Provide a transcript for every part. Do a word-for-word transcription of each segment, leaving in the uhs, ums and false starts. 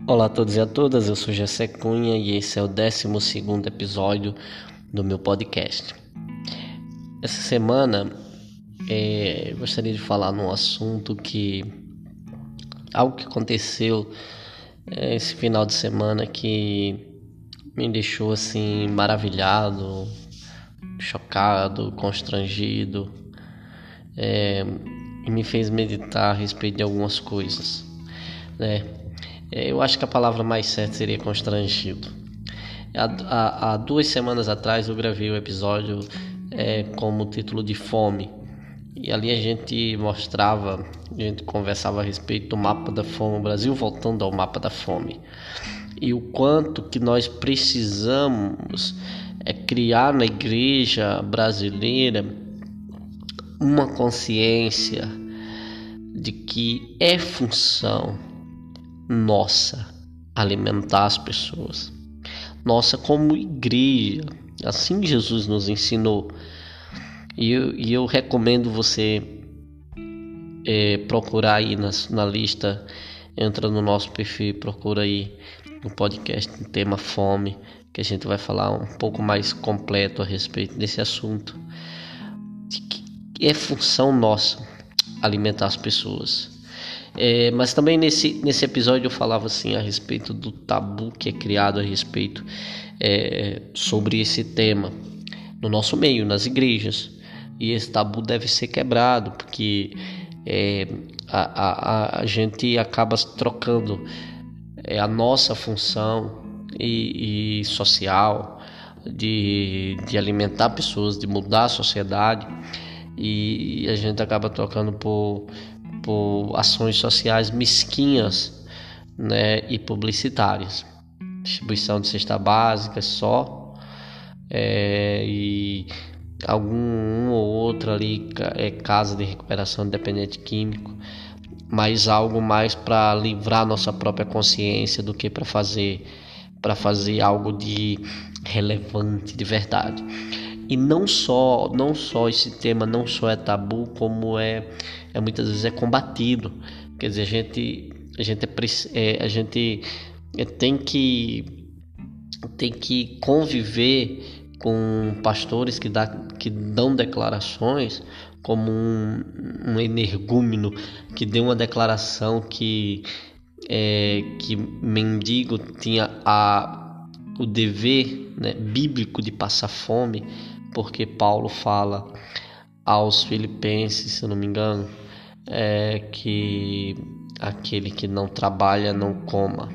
Olá a todos e a todas, eu sou Jessé Cunha e esse é o décimo segundo episódio do meu podcast. Essa semana é, eu gostaria de falar num assunto que... Algo que aconteceu é, esse final de semana que me deixou assim maravilhado, chocado, constrangido é, e me fez meditar a respeito de algumas coisas, né? Eu acho que a palavra mais certa seria constrangido. Há, há, há duas semanas atrás eu gravei o episódio é, como título de Fome. E ali a gente mostrava, a gente conversava a respeito do mapa da fome, o Brasil voltando ao mapa da fome. E o quanto que nós precisamos é criar na igreja brasileira uma consciência de que é função nossa alimentar as pessoas, nossa como igreja, assim Jesus nos ensinou. E eu, e eu recomendo você é, procurar aí na, na lista, entra no nosso perfil, procura aí no podcast no tema fome, que a gente vai falar um pouco mais completo a respeito desse assunto, de que é função nossa alimentar as pessoas. É, mas também nesse, nesse episódio eu falava assim a respeito do tabu que é criado a respeito é, sobre esse tema no nosso meio, nas igrejas. E esse tabu deve ser quebrado, porque é, a, a, a gente acaba trocando é, a nossa função e, e social de, de alimentar pessoas, de mudar a sociedade, e a gente acaba trocando por por ações sociais mesquinhas, né, e publicitárias, distribuição de cesta básica só, é, e algum um ou outro ali é casa de recuperação de dependente químico, mas algo mais para livrar nossa própria consciência do que para fazer para fazer algo de relevante, de verdade. E não só, não só esse tema não só é tabu, como é, é muitas vezes é combatido. Quer dizer, a gente, a gente, é, a gente é, tem que tem que conviver com pastores que, dá, que dão declarações, como um, um energúmeno que deu uma declaração que é, que mendigo tinha a o dever, né, bíblico de passar fome, porque Paulo fala aos Filipenses, se eu não me engano, é, que aquele que não trabalha não coma.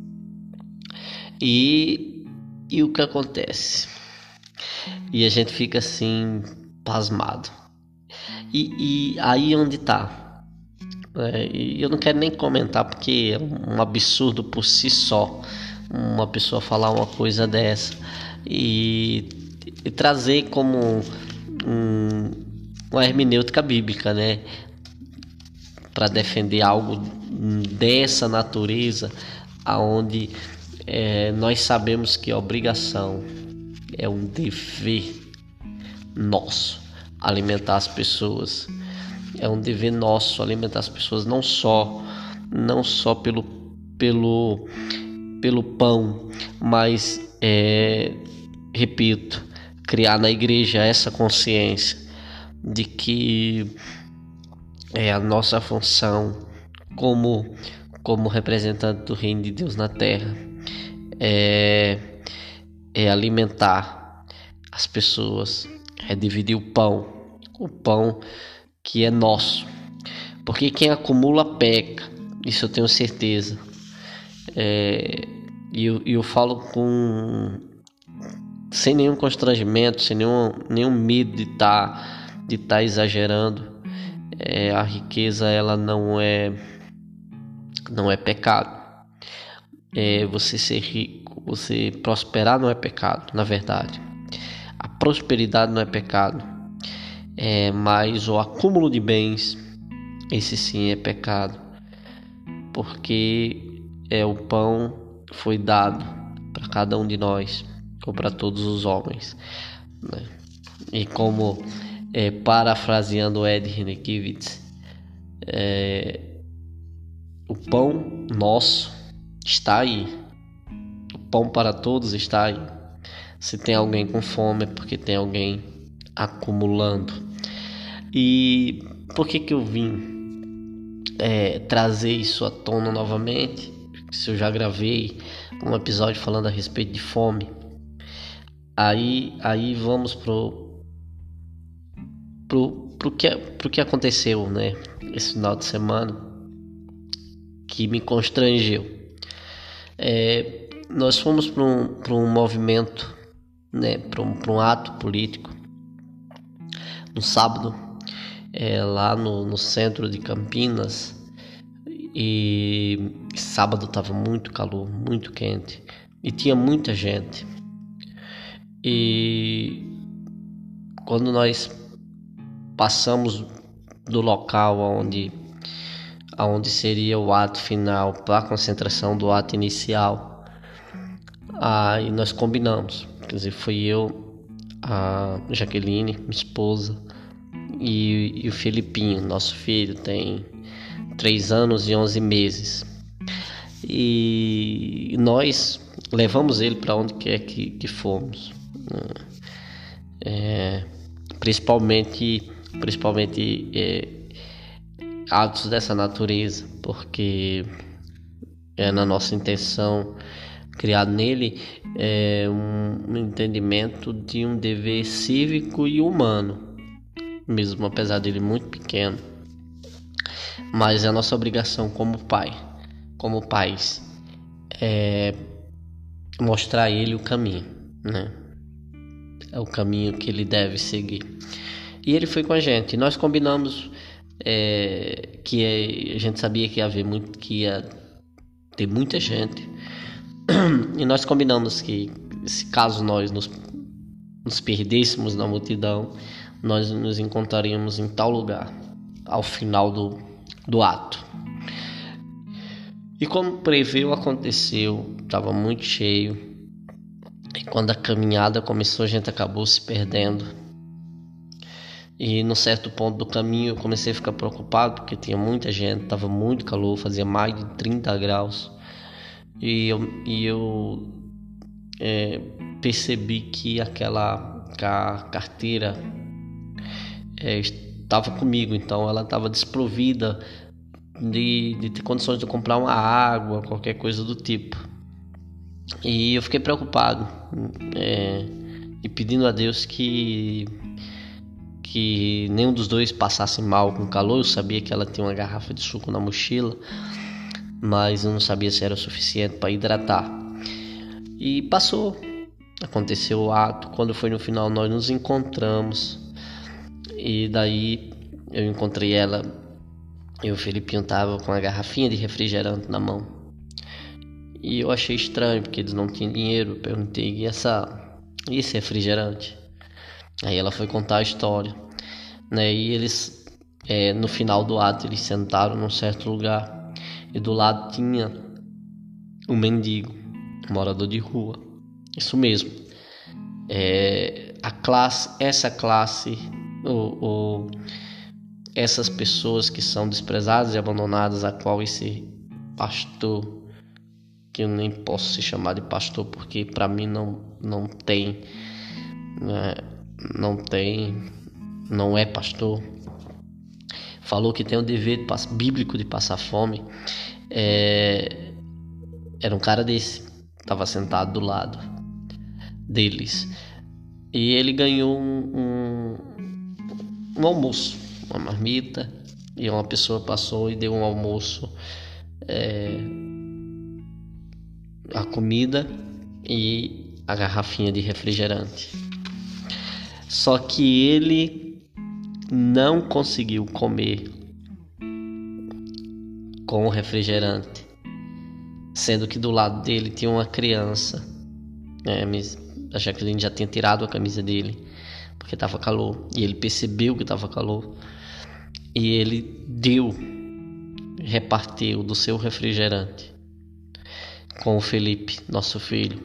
E, e o que acontece? E a gente fica assim, pasmado. E, e aí onde está? É, e eu não quero nem comentar, porque é um absurdo por si só uma pessoa falar uma coisa dessa e, e trazer como um, uma hermenêutica bíblica, né, para defender algo dessa natureza, aonde é, nós sabemos que a obrigação é um dever nosso alimentar as pessoas, é um dever nosso alimentar as pessoas, não só não só pelo pelo pelo pão, mas é, repito, criar na igreja essa consciência de que é a nossa função como, como representante do reino de Deus na terra é, é alimentar as pessoas, é dividir o pão, o pão que é nosso, porque quem acumula peca, isso eu tenho certeza. É, e eu, eu falo com sem nenhum constrangimento, sem nenhum, nenhum medo de estar tá, de tá exagerando. É, a riqueza ela não é não é pecado. É, você ser rico, você prosperar não é pecado, na verdade. A prosperidade não é pecado, é, mas o acúmulo de bens, esse sim é pecado, porque é o pão foi dado para cada um de nós, ou para todos os homens, né? E como é, parafraseando Ed Renekiewicz, é, o pão nosso está aí. O pão para todos está aí. Se tem alguém com fome é porque tem alguém acumulando. E por que que eu vim é, trazer isso à tona novamente? Se eu já gravei um episódio falando a respeito de fome. Aí, aí vamos pro, pro, pro, que, pro que aconteceu, né, esse final de semana, que me constrangeu. É, nós fomos para um, para um movimento, né, para um, para um ato político, no sábado, é, lá no, no centro de Campinas. E sábado estava muito calor, muito quente, e tinha muita gente. E quando nós passamos do local onde, onde seria o ato final para a concentração do ato inicial, aí nós combinamos, quer dizer, fui eu, a Jaqueline, minha esposa, e, e o Felipinho, nosso filho, tem três anos e onze meses. E nós levamos ele para onde quer que, que fomos. É, principalmente principalmente é, atos dessa natureza, porque é na nossa intenção criar nele é, um, um entendimento de um dever cívico e humano, mesmo apesar dele muito pequeno. Mas é a nossa obrigação como pai, como pais, é mostrar a ele o caminho, né? É o caminho que ele deve seguir. E ele foi com a gente. Nós combinamos é, que a gente sabia que ia haver muito, que ia ter muita gente. E nós combinamos que, se caso nós nos, nos perdêssemos na multidão, nós nos encontraríamos em tal lugar ao final do, do ato. E como preveu, aconteceu. Estava muito cheio. E quando a caminhada começou, a gente acabou se perdendo. E num certo ponto do caminho eu comecei a ficar preocupado, porque tinha muita gente, estava muito calor, fazia mais de trinta graus. E eu, e eu é, percebi que aquela a carteira é, estava comigo, então ela estava desprovida de, de ter condições de comprar uma água, qualquer coisa do tipo. E eu fiquei preocupado é, e pedindo a Deus que, que nenhum dos dois passasse mal com calor. Eu sabia que ela tinha uma garrafa de suco na mochila, mas eu não sabia se era o suficiente para hidratar. E passou, aconteceu o ato. Quando foi no final, nós nos encontramos. E daí eu encontrei ela e o Felipinho tava com a garrafinha de refrigerante na mão. E eu achei estranho, porque eles não tinham dinheiro. Eu perguntei, e, essa, e esse refrigerante? Aí ela foi contar a história, né? E eles, é, no final do ato, eles sentaram num certo lugar. E do lado tinha um mendigo, um morador de rua. Isso mesmo. É, a classe, essa classe, ou, ou essas pessoas que são desprezadas e abandonadas, a qual esse pastor, que eu nem posso se chamar de pastor, porque para mim não, não tem, né, não tem, não é pastor, falou que tem o dever bíblico de passar fome. É, era um cara desse, estava sentado do lado deles, e ele ganhou um, um, um almoço, uma marmita, e uma pessoa passou e deu um almoço, é, a comida e a garrafinha de refrigerante. Só que ele não conseguiu comer com o refrigerante, sendo que do lado dele tinha uma criança. É, a Jaqueline já tinha tirado a camisa dele porque estava calor, e ele percebeu que estava calor, e ele deu, repartiu do seu refrigerante com o Felipe, nosso filho.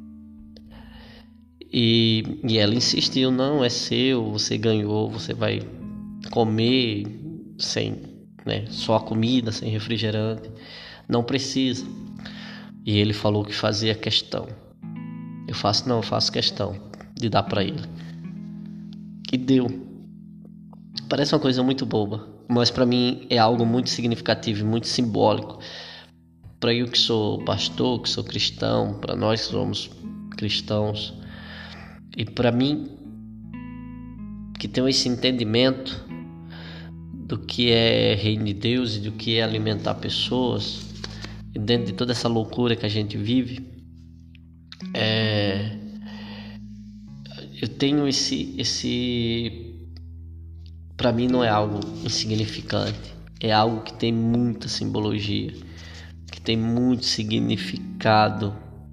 E, e ela insistiu, não, é seu, você ganhou, você vai comer sem, né, só a comida, sem refrigerante, não precisa. E ele falou que fazia questão. Eu faço, não, eu faço questão de dar para ele. E deu. Parece uma coisa muito boba, mas para mim é algo muito significativo e muito simbólico. Para eu que sou pastor, que sou cristão, para nós que somos cristãos, e para mim que tenho esse entendimento do que é reino de Deus e do que é alimentar pessoas, e dentro de toda essa loucura que a gente vive, é, eu tenho esse, esse, para mim não é algo insignificante, é algo que tem muita simbologia, que tem muito significado,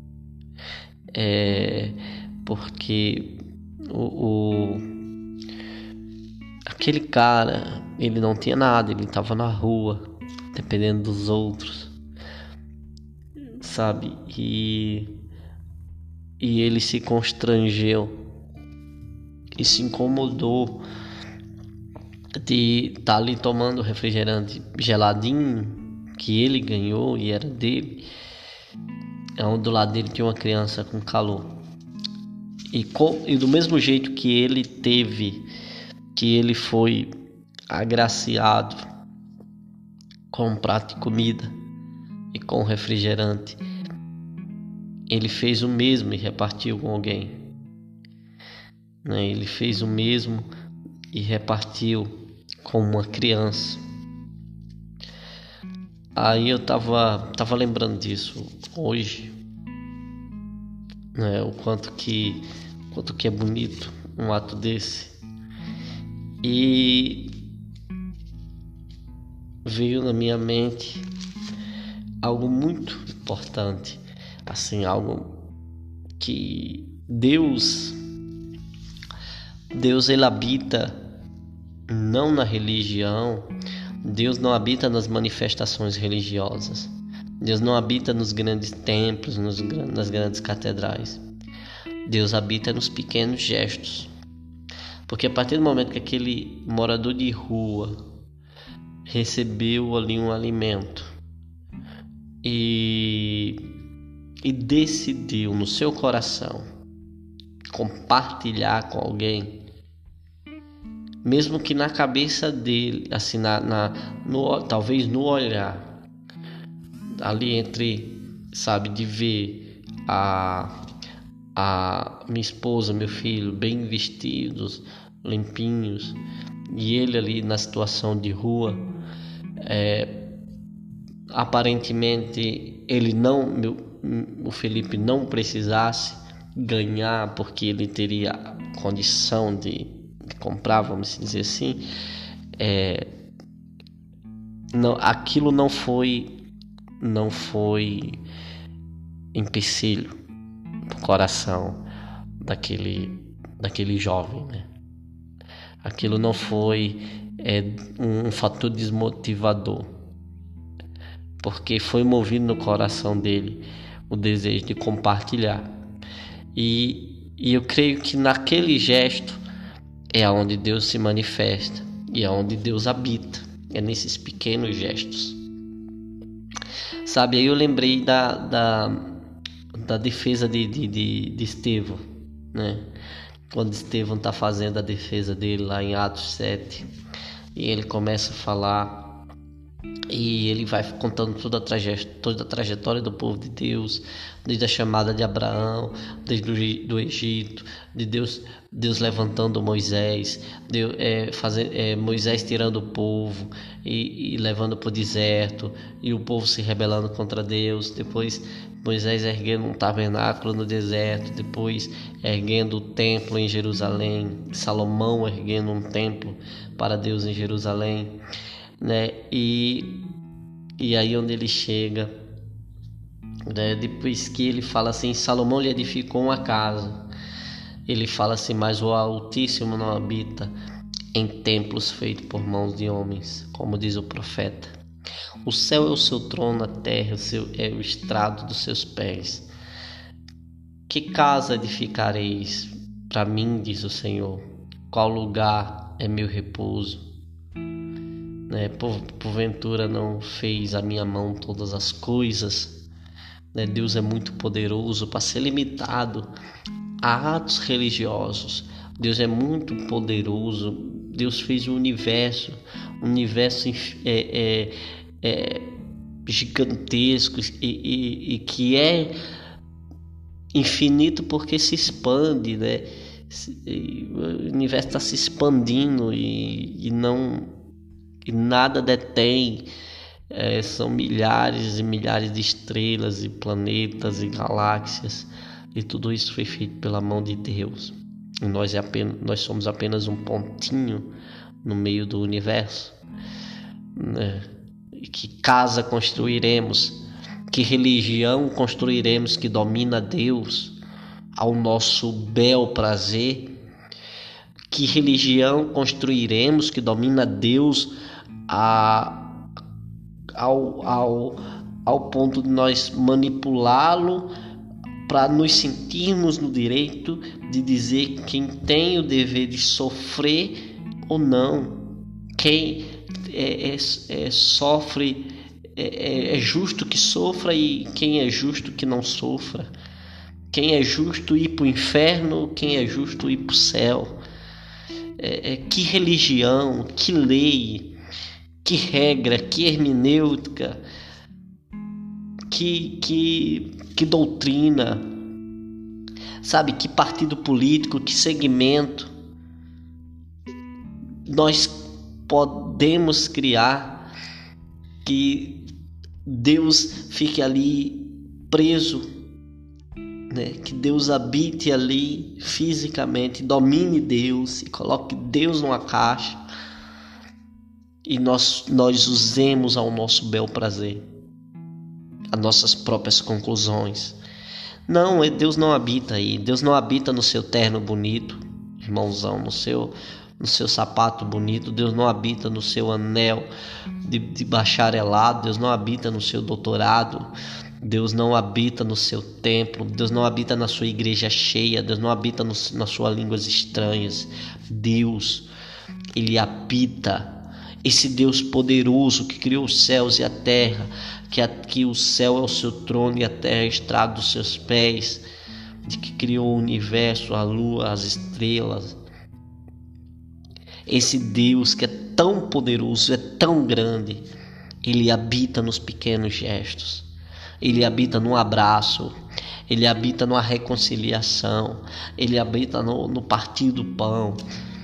é, porque o, o aquele cara, ele não tinha nada, ele estava na rua, dependendo dos outros, sabe? E, e ele se constrangeu e se incomodou de estar ali tomando refrigerante geladinho que ele ganhou e era dele. Do lado dele tinha uma criança com calor. E, com, e do mesmo jeito que ele teve, que ele foi agraciado com um prato de comida e com refrigerante, ele fez o mesmo e repartiu com alguém, né? Ele fez o mesmo e repartiu com uma criança. Aí eu tava, tava lembrando disso hoje, né? O quanto que, quanto que é bonito um ato desse. E veio na minha mente algo muito importante, assim, algo que Deus, Deus ele habita não na religião, Deus não habita nas manifestações religiosas, Deus não habita nos grandes templos, nos, nas grandes catedrais, Deus habita nos pequenos gestos. Porque a partir do momento que aquele morador de rua recebeu ali um alimento e, e decidiu no seu coração compartilhar com alguém, mesmo que na cabeça dele, assim, na, na, no, talvez no olhar, ali entre, sabe, de ver a, a minha esposa, meu filho bem vestidos, limpinhos, e ele ali na situação de rua, é, aparentemente ele não, meu, o Felipe não precisasse ganhar porque ele teria condição de, de comprar, vamos dizer assim, é, não, aquilo não foi não foi empecilho pro coração daquele daquele jovem, né? Aquilo não foi é, um fator desmotivador, porque foi movido no coração dele o desejo de compartilhar. E, e eu creio que naquele gesto é onde Deus se manifesta e é onde Deus habita, é nesses pequenos gestos. Sabe, aí eu lembrei da, da, da defesa de, de, de, de Estevão, né? Quando Estevão está fazendo a defesa dele lá em Atos sete, e ele começa a falar, e ele vai contando toda a, traje- toda a trajetória do povo de Deus, desde a chamada de Abraão, desde o do Egito, de Deus, Deus levantando Moisés, Deus, é, fazer, é, Moisés tirando o povo e, e levando para o deserto, e o povo se rebelando contra Deus, depois Moisés erguendo um tabernáculo no deserto, depois erguendo o templo em Jerusalém, Salomão erguendo um templo para Deus em Jerusalém, né? E, e aí onde ele chega, né? Depois que ele fala assim, Salomão lhe edificou uma casa, ele fala assim, mas o Altíssimo não habita em templos feitos por mãos de homens, como diz o profeta. O céu é o seu trono, a terra o seu, é o estrado dos seus pés. Que casa edificareis para mim, diz o Senhor? Qual lugar é meu repouso? Né? Por, porventura não fez a minha mão todas as coisas? né? Deus é muito poderoso para ser limitado a atos religiosos. Deus é muito poderoso. Deus fez o universo, um universo é, é, é, gigantesco e, e, e que é infinito porque se expande, né? O universo está se expandindo e, e não e nada detém. É, são milhares e milhares de estrelas e planetas e galáxias, e tudo isso foi feito pela mão de Deus. E nós, é apenas, nós somos apenas um pontinho no meio do universo, né? E que casa construiremos? Que religião construiremos que domina Deus ao nosso bel prazer? Que religião construiremos que domina Deus a, ao, ao, ao ponto de nós manipulá-lo para nos sentirmos no direito de dizer quem tem o dever de sofrer ou não? Quem é, é, é, sofre É, é justo que sofra e quem é justo que não sofra? Quem é justo ir para o inferno, quem é justo ir para o céu? É, é, que religião, que lei, que regra, que hermenêutica, que, que, que doutrina, sabe? Que partido político, que segmento nós podemos criar que Deus fique ali preso, né? Que Deus habite ali fisicamente, domine Deus e coloque Deus numa caixa e nós, nós usemos ao nosso bel prazer, as nossas próprias conclusões. Não, Deus não habita aí. Deus não habita no seu terno bonito, irmãozão, no seu no seu sapato bonito. Deus não habita no seu anel de, de bacharelado. Deus não habita no seu doutorado. Deus não habita no seu templo. Deus não habita na sua igreja cheia. Deus não habita no, nas suas línguas estranhas. Deus, Ele habita. Esse Deus poderoso que criou os céus e a terra, que, a, que o céu é o seu trono e a terra é a estrada dos seus pés, de que criou o universo, a lua, as estrelas. Esse Deus que é tão poderoso, é tão grande, Ele habita nos pequenos gestos, Ele habita no abraço, Ele habita numa reconciliação, Ele habita no, no partir do pão.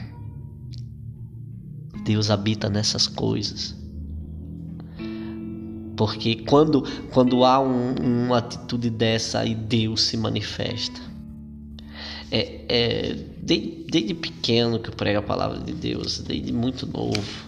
Deus habita nessas coisas. Porque quando, quando há um, uma atitude dessa, aí Deus se manifesta. É, é, desde, desde pequeno que eu prego a palavra de Deus, desde muito novo.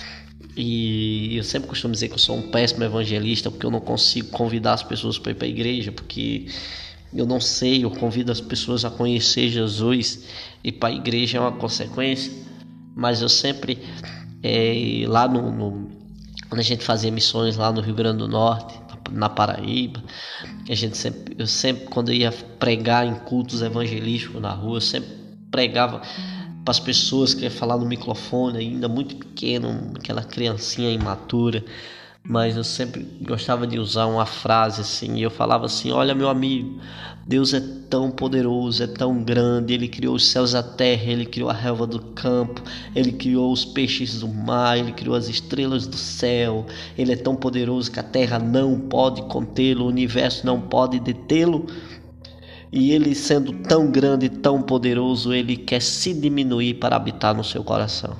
E eu sempre costumo dizer que eu sou um péssimo evangelista, porque eu não consigo convidar as pessoas para ir para a igreja, porque eu não sei, eu convido as pessoas a conhecer Jesus, e para a igreja é uma consequência. Mas eu sempre, é, lá no, no, quando a gente fazia missões lá no Rio Grande do Norte, na Paraíba, a gente sempre, eu sempre, quando eu ia pregar em cultos evangelísticos na rua, eu sempre pregava para as pessoas que iam falar no microfone, ainda muito pequeno, aquela criancinha imatura, mas eu sempre gostava de usar uma frase assim, e eu falava assim: olha, meu amigo, Deus é tão poderoso, é tão grande, Ele criou os céus e a terra, Ele criou a relva do campo, Ele criou os peixes do mar, Ele criou as estrelas do céu, Ele é tão poderoso que a terra não pode contê-lo, o universo não pode detê-lo, e Ele, sendo tão grande e tão poderoso, Ele quer se diminuir para habitar no seu coração.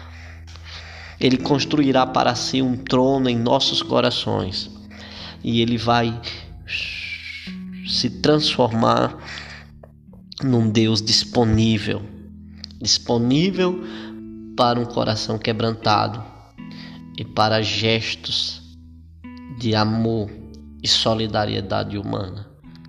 Ele construirá para si um trono em nossos corações, e Ele vai se transformar num Deus disponível, disponível para um coração quebrantado e para gestos de amor e solidariedade humana.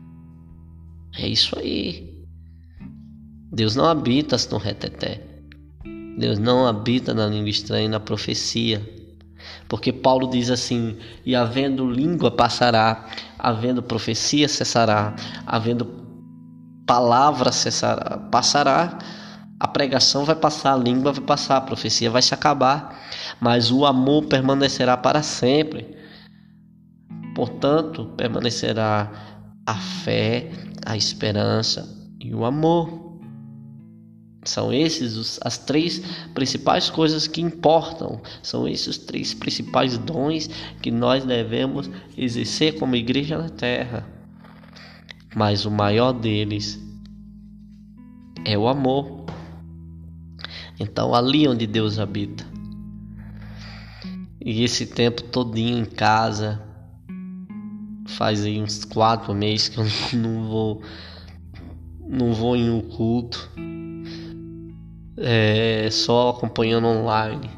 É isso aí. Deus não habita no reteté. Deus não habita na língua estranha e na profecia. Porque Paulo diz assim: e havendo língua passará, havendo profecia cessará, havendo palavra cessará, passará. A pregação vai passar, a língua vai passar, a profecia vai se acabar, mas o amor permanecerá para sempre. Portanto, permanecerá a fé, a esperança e o amor. São esses os, as três principais coisas que importam. São esses os três principais dons que nós devemos exercer como igreja na terra. Mas o maior deles é o amor. Então, ali onde Deus habita. E esse tempo todinho em casa, faz aí uns quatro meses que eu não vou, não vou em um culto. É, só acompanhando online,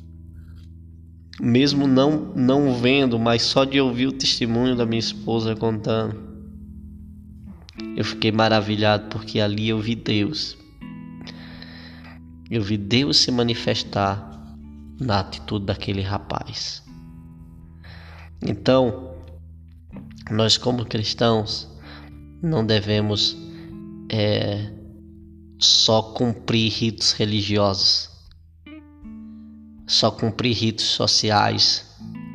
mesmo não, não vendo, mas só de ouvir o testemunho da minha esposa contando, eu fiquei maravilhado, porque ali eu vi Deus, eu vi Deus se manifestar na atitude daquele rapaz. Então, nós como cristãos não devemos é, só cumprir ritos religiosos, só cumprir ritos sociais.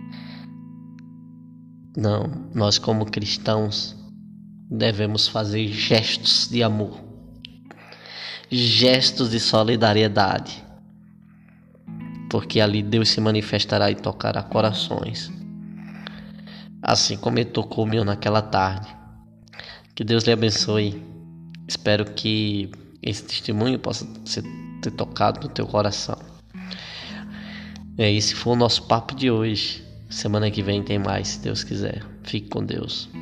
Não, nós como cristãos devemos fazer gestos de amor, gestos de solidariedade, porque ali Deus se manifestará e tocará corações, assim como Ele tocou o meu naquela tarde. Que Deus lhe abençoe. Espero que esse testemunho possa ser, ter tocado no teu coração. É, esse foi o nosso papo de hoje. Semana que vem tem mais, se Deus quiser. Fique com Deus.